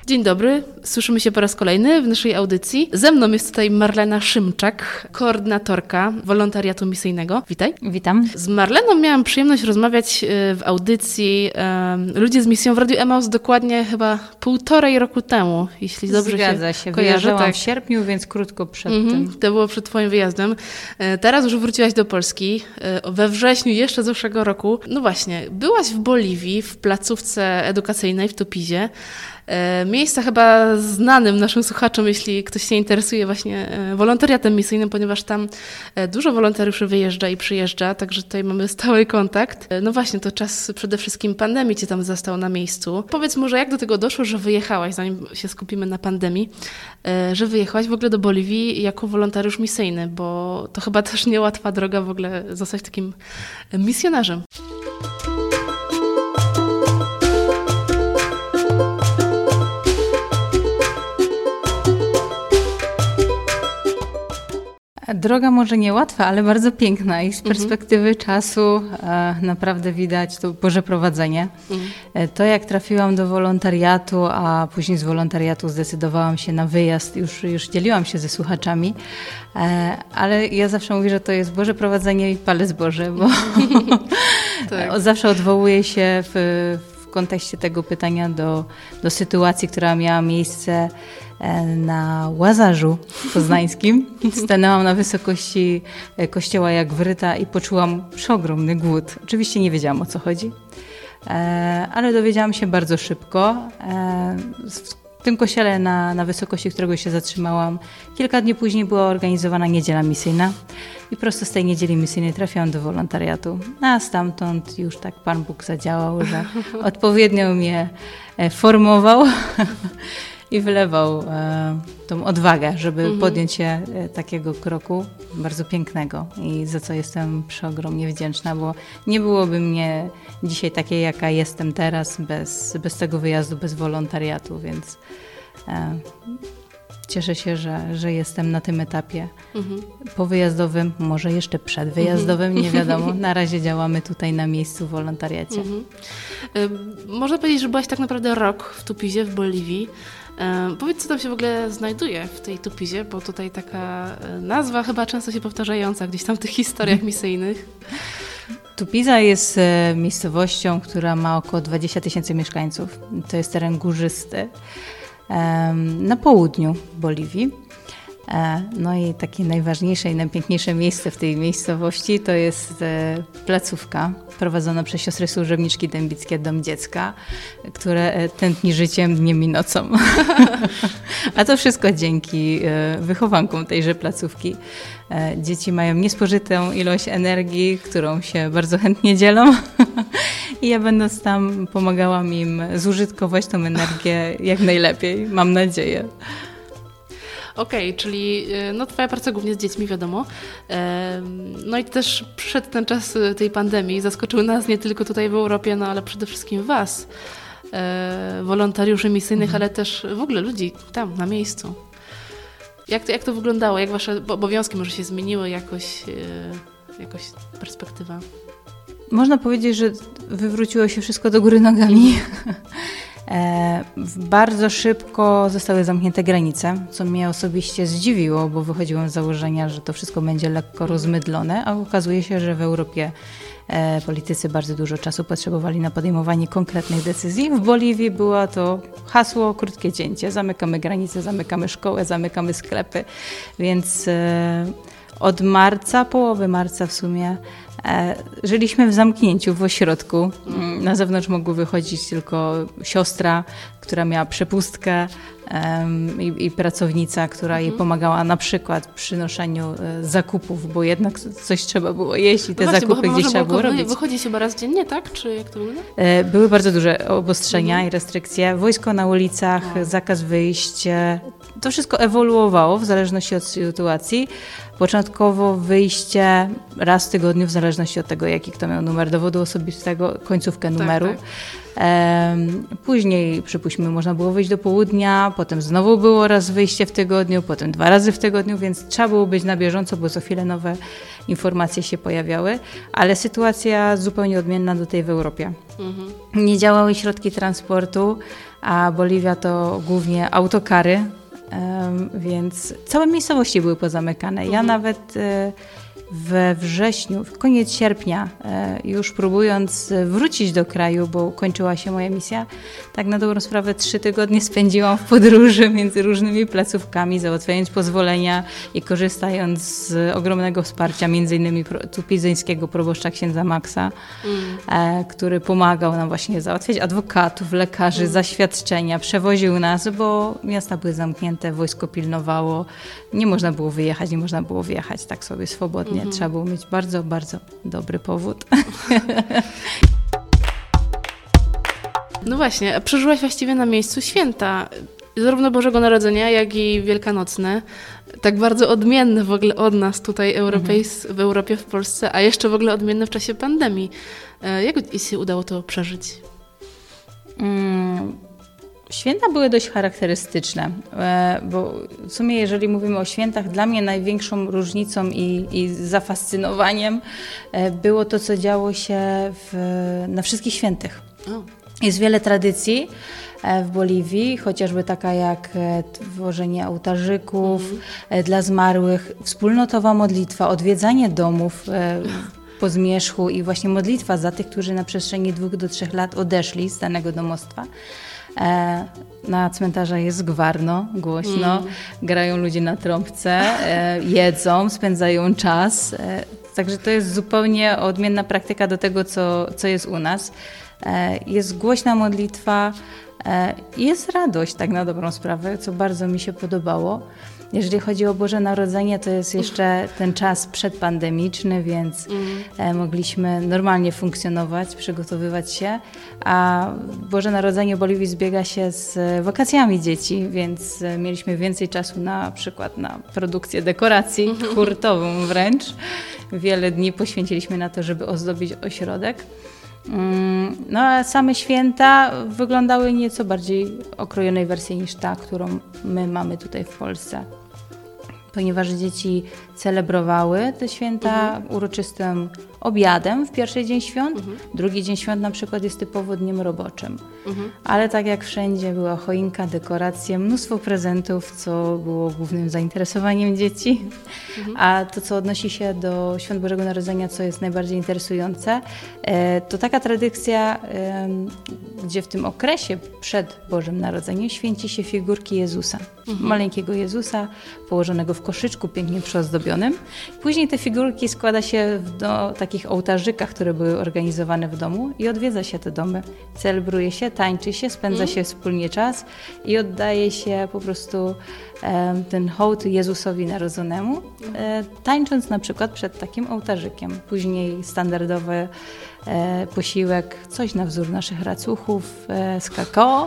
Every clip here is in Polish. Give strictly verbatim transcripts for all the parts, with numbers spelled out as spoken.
Dzień dobry, słyszymy się po raz kolejny w naszej audycji. Ze mną jest tutaj Marlena Szymczak, koordynatorka wolontariatu misyjnego. Witaj. Witam. Z Marleną miałam przyjemność rozmawiać w audycji um, Ludzie z misją w Radiu Emaus dokładnie chyba półtorej roku temu, jeśli dobrze Zgadza się, się. kojarzę. Wyjeżdżałam tak. w sierpniu, więc krótko przed mm-hmm, tym. To było przed twoim wyjazdem. Teraz już wróciłaś do Polski. We wrześniu jeszcze zeszłego roku. No właśnie, byłaś w Boliwii, w placówce edukacyjnej w Tupizie. Miejsca chyba znanym naszym słuchaczom, jeśli ktoś się interesuje właśnie wolontariatem misyjnym, ponieważ tam dużo wolontariuszy wyjeżdża i przyjeżdża, także tutaj mamy stały kontakt. No właśnie, to czas przede wszystkim pandemii cię tam zastał na miejscu. Powiedz może, jak do tego doszło, że wyjechałaś, zanim się skupimy na pandemii, że wyjechałaś w ogóle do Boliwii jako wolontariusz misyjny, bo to chyba też niełatwa droga w ogóle zostać takim misjonarzem. Droga może niełatwa, ale bardzo piękna i z perspektywy mhm. czasu e, naprawdę widać to Boże prowadzenie. Mhm. E, to jak trafiłam do wolontariatu, a później z wolontariatu zdecydowałam się na wyjazd, już, już dzieliłam się ze słuchaczami, e, ale ja zawsze mówię, że to jest Boże prowadzenie i palec Boży, bo tak. zawsze odwołuję się w, w kontekście tego pytania do, do sytuacji, która miała miejsce na Łazarzu Poznańskim. Stanęłam na wysokości kościoła jak wryta i poczułam przeogromny głód. Oczywiście nie wiedziałam, o co chodzi, ale dowiedziałam się bardzo szybko. W tym kościele na, na wysokości, którego się zatrzymałam, kilka dni później była organizowana niedziela misyjna i prosto z tej niedzieli misyjnej trafiłam do wolontariatu. A stamtąd już tak Pan Bóg zadziałał, że odpowiednio mnie formował i wylewał e, tą odwagę, żeby mhm. podjąć się e, takiego kroku bardzo pięknego i za co jestem przeogromnie wdzięczna, bo nie byłoby mnie dzisiaj takiej, jaka jestem teraz bez, bez tego wyjazdu, bez wolontariatu, więc e, cieszę się, że, że jestem na tym etapie mhm. powyjazdowym, może jeszcze przedwyjazdowym, mhm. nie wiadomo. Na razie działamy tutaj na miejscu w wolontariacie. Mhm. Y, można powiedzieć, że byłaś tak naprawdę rok w Tupizie, w Boliwii. Um, powiedz, co tam się w ogóle znajduje w tej Tupizie, bo tutaj taka nazwa chyba często się powtarzająca gdzieś tam w tych historiach misyjnych. Tupiza jest e, miejscowością, która ma około dwadzieścia tysięcy mieszkańców. To jest teren górzysty e, na południu Boliwii. E, no i takie najważniejsze i najpiękniejsze miejsce w tej miejscowości to jest e, placówka prowadzona przez siostry służebniczki dębickie Dom Dziecka, które e, tętni życiem dniem i nocą. A to wszystko dzięki e, wychowankom tejże placówki. E, dzieci mają niespożytą ilość energii, którą się bardzo chętnie dzielą. I ja będąc tam pomagałam im zużytkować tą energię jak najlepiej, mam nadzieję. Okej, okay, czyli no, twoja praca głównie z dziećmi, wiadomo. No i też przyszedł ten czas tej pandemii, zaskoczył nas nie tylko tutaj w Europie, no ale przede wszystkim was, wolontariuszy misyjnych, mhm. ale też w ogóle ludzi tam, na miejscu. Jak to, jak to wyglądało? Jak wasze obowiązki może się zmieniły jakoś, jakoś perspektywa? Można powiedzieć, że wywróciło się wszystko do góry nogami. E, bardzo szybko zostały zamknięte granice, co mnie osobiście zdziwiło, bo wychodziłam z założenia, że to wszystko będzie lekko rozmydlone, a okazuje się, że w Europie e, politycy bardzo dużo czasu potrzebowali na podejmowanie konkretnych decyzji. W Boliwii było to hasło krótkie cięcie. Zamykamy granice, zamykamy szkołę, zamykamy sklepy, więc e, od marca, połowy marca w sumie, E, żyliśmy w zamknięciu w ośrodku. Na zewnątrz mogły wychodzić tylko siostra, która miała przepustkę um, i, i pracownica, która jej pomagała na przykład w przynoszeniu e, zakupów, bo jednak coś trzeba było jeść i te no właśnie, zakupy gdzieś trzeba było robić. Wychodzi się raz dziennie, tak? Czy jak to wygląda? E, były bardzo duże obostrzenia mhm. i restrykcje. Wojsko na ulicach, no. zakaz wyjść. To wszystko ewoluowało w zależności od sytuacji. Początkowo wyjście raz w tygodniu, w zależności zależności od tego, jaki kto miał numer dowodu osobistego, końcówkę numeru. Tak, tak. Później, przypuśćmy, można było wyjść do południa, potem znowu było raz wyjście w tygodniu, potem dwa razy w tygodniu, więc trzeba było być na bieżąco, bo co chwilę nowe informacje się pojawiały, ale sytuacja zupełnie odmienna do tej w Europie. Mhm. Nie działały środki transportu, a Boliwia to głównie autokary, więc całe miejscowości były pozamykane. Mhm. Ja nawet we wrześniu, w koniec sierpnia, już próbując wrócić do kraju, bo kończyła się moja misja, tak na dobrą sprawę trzy tygodnie spędziłam w podróży między różnymi placówkami, załatwiając pozwolenia i korzystając z ogromnego wsparcia, między innymi tupizyńskiego proboszcza księdza Maxa, mm. który pomagał nam właśnie załatwiać adwokatów, lekarzy, mm. zaświadczenia, przewoził nas, bo miasta były zamknięte, wojsko pilnowało, nie można było wyjechać, nie można było wjechać tak sobie swobodnie. Nie, trzeba było mieć bardzo, bardzo dobry powód. No właśnie, przeżyłaś właściwie na miejscu święta, zarówno Bożego Narodzenia, jak i Wielkanocne. Tak bardzo odmienne w ogóle od nas tutaj Europejs- w Europie, w Polsce, a jeszcze w ogóle odmienne w czasie pandemii. Jak ci się udało to przeżyć? Mm. Święta były dość charakterystyczne, bo w sumie jeżeli mówimy o świętach, dla mnie największą różnicą i, i zafascynowaniem było to, co działo się w, na wszystkich świętych. Jest wiele tradycji w Boliwii, chociażby taka jak tworzenie ołtarzyków mhm. dla zmarłych, wspólnotowa modlitwa, odwiedzanie domów po zmierzchu i właśnie modlitwa za tych, którzy na przestrzeni dwóch do trzech lat odeszli z danego domostwa. Na cmentarzach jest gwarno, głośno, mm. grają ludzie na trąbce, jedzą, spędzają czas. Także to jest zupełnie odmienna praktyka do tego, co, co jest u nas. Jest głośna modlitwa, jest radość, tak na dobrą sprawę, co bardzo mi się podobało. Jeżeli chodzi o Boże Narodzenie, to jest jeszcze ten czas przedpandemiczny, więc mm. mogliśmy normalnie funkcjonować, przygotowywać się, a Boże Narodzenie Boliwii zbiega się z wakacjami dzieci, więc mieliśmy więcej czasu na przykład na produkcję dekoracji, mm-hmm. hurtową wręcz. Wiele dni poświęciliśmy na to, żeby ozdobić ośrodek. No a same święta wyglądały nieco bardziej okrojonej wersji niż ta, którą my mamy tutaj w Polsce. Ponieważ dzieci celebrowały te święta mhm. uroczystym obiadem w pierwszy dzień świąt, mhm. drugi dzień świąt na przykład jest typowo dniem roboczym. Mhm. Ale tak jak wszędzie była choinka, dekoracje, mnóstwo prezentów, co było głównym zainteresowaniem dzieci. Mhm. A to, co odnosi się do Świąt Bożego Narodzenia, co jest najbardziej interesujące, to taka tradycja, gdzie w tym okresie przed Bożym Narodzeniem święci się figurki Jezusa. Mhm. Maleńkiego Jezusa, położonego w koszyczku, pięknie przyozdobionym. Później te figurki składa się do takich ołtarzykach, które były organizowane w domu i odwiedza się te domy. Celebruje się, tańczy się, spędza mm. się wspólnie czas i oddaje się po prostu e, ten hołd Jezusowi Narodzonemu, e, tańcząc na przykład przed takim ołtarzykiem. Później standardowy e, posiłek, coś na wzór naszych racuchów e, z kakao.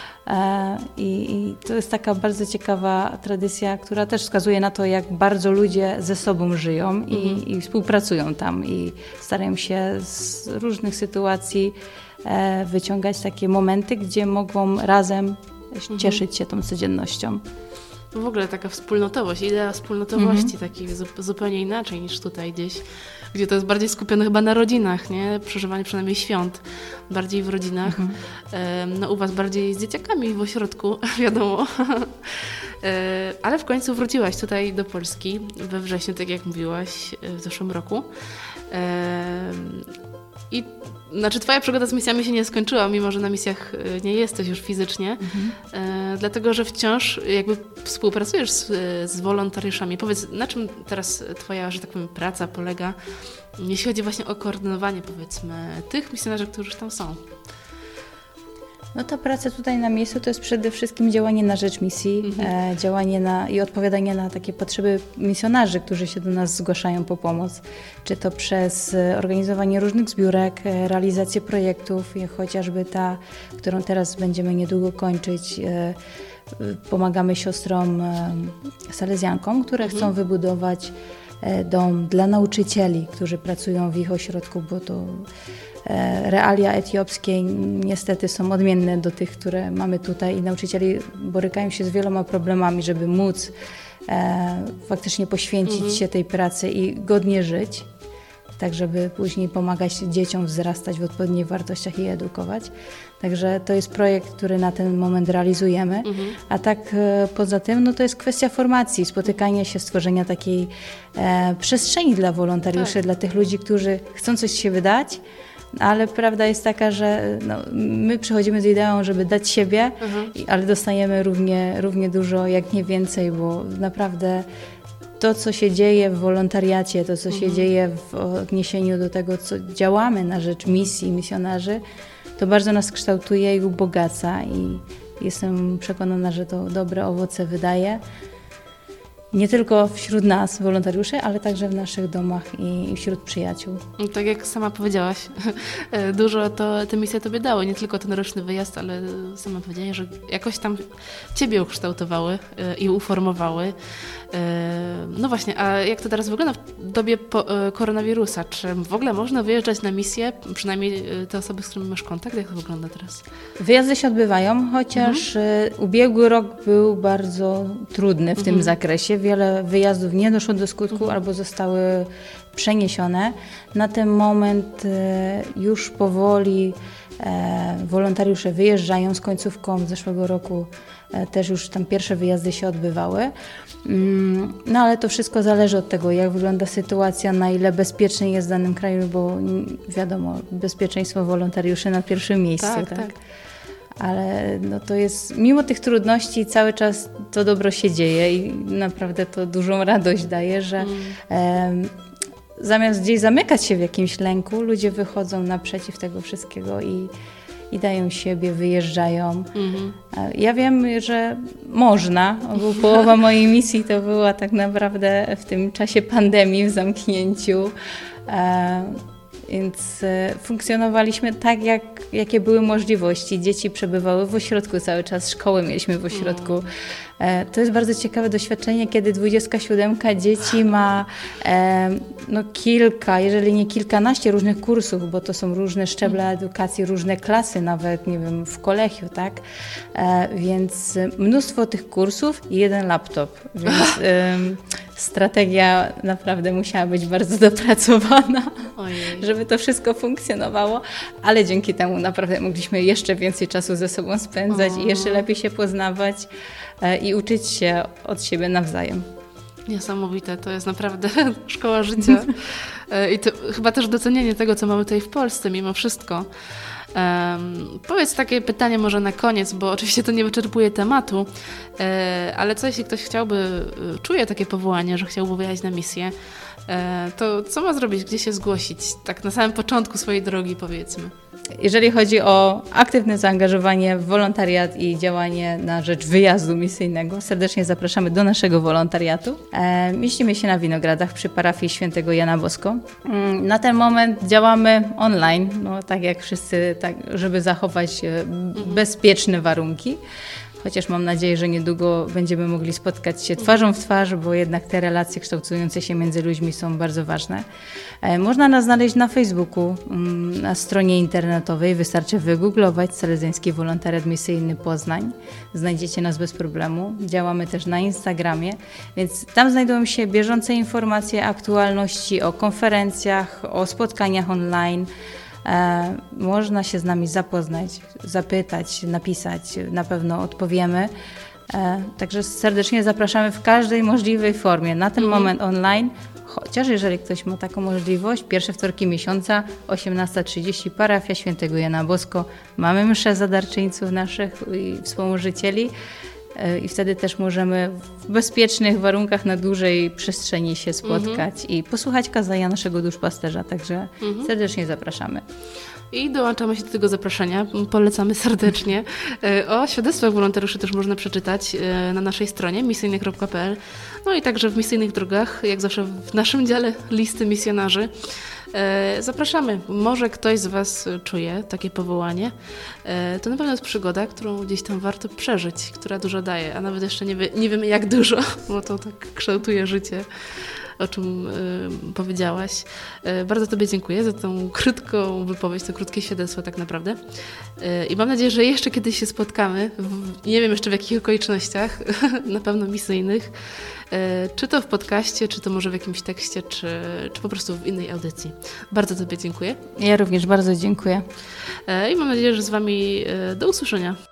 I, I to jest taka bardzo ciekawa tradycja, która też wskazuje na to, jak bardzo ludzie ze sobą żyją mhm. i, i współpracują tam i starają się z różnych sytuacji e, wyciągać takie momenty, gdzie mogą razem mhm. cieszyć się tą codziennością. W ogóle taka wspólnotowość, idea wspólnotowości, mhm. takiej zupełnie inaczej niż tutaj gdzieś, gdzie to jest bardziej skupione chyba na rodzinach, nie? Przeżywanie przynajmniej świąt, bardziej w rodzinach. Mhm. No u was bardziej z dzieciakami w ośrodku, wiadomo. Ale w końcu wróciłaś tutaj do Polski we wrześniu, tak jak mówiłaś, w zeszłym roku. I znaczy twoja przygoda z misjami się nie skończyła, mimo że na misjach nie jesteś już fizycznie, mhm. e, dlatego że wciąż jakby współpracujesz z, z wolontariuszami. Powiedz, na czym teraz twoja, że tak powiem, praca polega, jeśli chodzi właśnie o koordynowanie, powiedzmy, tych misjonarzy, którzy już tam są? No ta praca tutaj na miejscu to jest przede wszystkim działanie na rzecz misji, mhm. e, działanie na, i odpowiadanie na takie potrzeby misjonarzy, którzy się do nas zgłaszają po pomoc. Czy to przez organizowanie różnych zbiórek, e, realizację projektów, jak chociażby ta, którą teraz będziemy niedługo kończyć. E, pomagamy siostrom e, salezjankom, które mhm. chcą wybudować dom dla nauczycieli, którzy pracują w ich ośrodku, bo to realia etiopskie niestety są odmienne do tych, które mamy tutaj i nauczycieli borykają się z wieloma problemami, żeby móc e, faktycznie poświęcić mhm. się tej pracy i godnie żyć, tak żeby później pomagać dzieciom wzrastać w odpowiednich wartościach i edukować. Także to jest projekt, który na ten moment realizujemy, mhm. a tak e, poza tym no to jest kwestia formacji, spotykania się, stworzenia takiej e, przestrzeni dla wolontariuszy, tak. dla tych ludzi, którzy chcą coś się wydać, ale prawda jest taka, że no, my przychodzimy z ideą, żeby dać siebie, mhm. ale dostajemy równie, równie dużo, jak nie więcej, bo naprawdę to, co się dzieje w wolontariacie, to, co mhm. się dzieje w odniesieniu do tego, co działamy na rzecz misji, misjonarzy, to bardzo nas kształtuje i ubogaca i jestem przekonana, że to dobre owoce wydaje. Nie tylko wśród nas, wolontariuszy, ale także w naszych domach i wśród przyjaciół. Tak jak sama powiedziałaś, dużo to te misje Tobie dały, nie tylko ten roczny wyjazd, ale sama powiedziałaś, że jakoś tam Ciebie ukształtowały i uformowały. No właśnie, a jak to teraz wygląda w dobie koronawirusa? Czy w ogóle można wyjeżdżać na misję, przynajmniej te osoby, z którymi masz kontakt? Jak to wygląda teraz? Wyjazdy się odbywają, chociaż mhm. ubiegły rok był bardzo trudny w mhm. tym zakresie. Wiele wyjazdów nie doszło do skutku mhm. albo zostały przeniesione. Na ten moment już powoli wolontariusze wyjeżdżają z końcówką zeszłego roku. Też już tam pierwsze wyjazdy się odbywały. No ale to wszystko zależy od tego, jak wygląda sytuacja, na ile bezpiecznie jest w danym kraju, bo wiadomo, bezpieczeństwo wolontariuszy na pierwszym miejscu. Tak, tak. tak. Ale no to jest, mimo tych trudności cały czas to dobro się dzieje i naprawdę to dużą radość daje, że mm. e, zamiast gdzieś zamykać się w jakimś lęku, ludzie wychodzą naprzeciw tego wszystkiego i, i dają siebie, wyjeżdżają. Mm-hmm. Ja wiem, że można, bo połowa mojej misji to była tak naprawdę w tym czasie pandemii, w zamknięciu. E, Więc funkcjonowaliśmy tak, jak, jakie były możliwości. Dzieci przebywały w ośrodku cały czas, szkoły mieliśmy w ośrodku. To jest bardzo ciekawe doświadczenie, kiedy dwudziestka siódemka dzieci ma e, no, kilka, jeżeli nie kilkanaście różnych kursów, bo to są różne szczeble edukacji, różne klasy nawet, nie wiem, w kolegium, tak? E, więc mnóstwo tych kursów i jeden laptop. Więc e, strategia naprawdę musiała być bardzo dopracowana, Ojej. żeby to wszystko funkcjonowało, ale dzięki temu naprawdę mogliśmy jeszcze więcej czasu ze sobą spędzać o. i jeszcze lepiej się poznawać i uczyć się od siebie nawzajem. Niesamowite, to jest naprawdę szkoła życia i to chyba też docenienie tego, co mamy tutaj w Polsce mimo wszystko. Um, powiedz takie pytanie może na koniec, bo oczywiście to nie wyczerpuje tematu, e, ale co jeśli ktoś chciałby, czuje takie powołanie, że chciałby wyjechać na misję, e, to co ma zrobić, gdzie się zgłosić? Tak na samym początku swojej drogi powiedzmy. Jeżeli chodzi o aktywne zaangażowanie w wolontariat i działanie na rzecz wyjazdu misyjnego, serdecznie zapraszamy do naszego wolontariatu. E, mieścimy się na Winogradach przy parafii Świętego Jana Bosko. Mm, na ten moment działamy online, no, tak jak wszyscy, tak, żeby zachować bezpieczne warunki. Chociaż mam nadzieję, że niedługo będziemy mogli spotkać się twarzą w twarz, bo jednak te relacje kształtujące się między ludźmi są bardzo ważne. Można nas znaleźć na Facebooku, na stronie internetowej. Wystarczy wygooglować Salezjański Wolontariat Misyjny Poznań. Znajdziecie nas bez problemu. Działamy też na Instagramie, więc tam znajdują się bieżące informacje, aktualności o konferencjach, o spotkaniach online. E, można się z nami zapoznać, zapytać, napisać, na pewno odpowiemy. E, także serdecznie zapraszamy w każdej możliwej formie. Na ten mm. moment online, chociaż jeżeli ktoś ma taką możliwość, pierwsze wtorki miesiąca, osiemnasta trzydzieści, parafia Świętego Jana Bosko. Mamy mszę za darczyńców naszych i wspomożycieli. I wtedy też możemy w bezpiecznych warunkach na dużej przestrzeni się spotkać mm-hmm. i posłuchać kazania naszego duszpasterza. Także mm-hmm. serdecznie zapraszamy. I dołączamy się do tego zaproszenia. Polecamy serdecznie. O świadectwach wolontariuszy też można przeczytać na naszej stronie misyjny kropka p l. No i także w Misyjnych Drogach, jak zawsze w naszym dziale listy misjonarzy. Zapraszamy. Może ktoś z Was czuje takie powołanie. To na pewno jest przygoda, którą gdzieś tam warto przeżyć, która dużo daje, a nawet jeszcze nie, wie, nie wiemy jak dużo, bo to tak kształtuje życie. o czym y, powiedziałaś. Y, bardzo Tobie dziękuję za tą krótką wypowiedź, to krótkie świadectwo tak naprawdę. Y, I mam nadzieję, że jeszcze kiedyś się spotkamy, w, nie wiem jeszcze w jakich okolicznościach, na pewno misyjnych, y, czy to w podcaście, czy to może w jakimś tekście, czy, czy po prostu w innej audycji. Bardzo Tobie dziękuję. Ja również bardzo dziękuję. Y, I mam nadzieję, że z Wami y, do usłyszenia.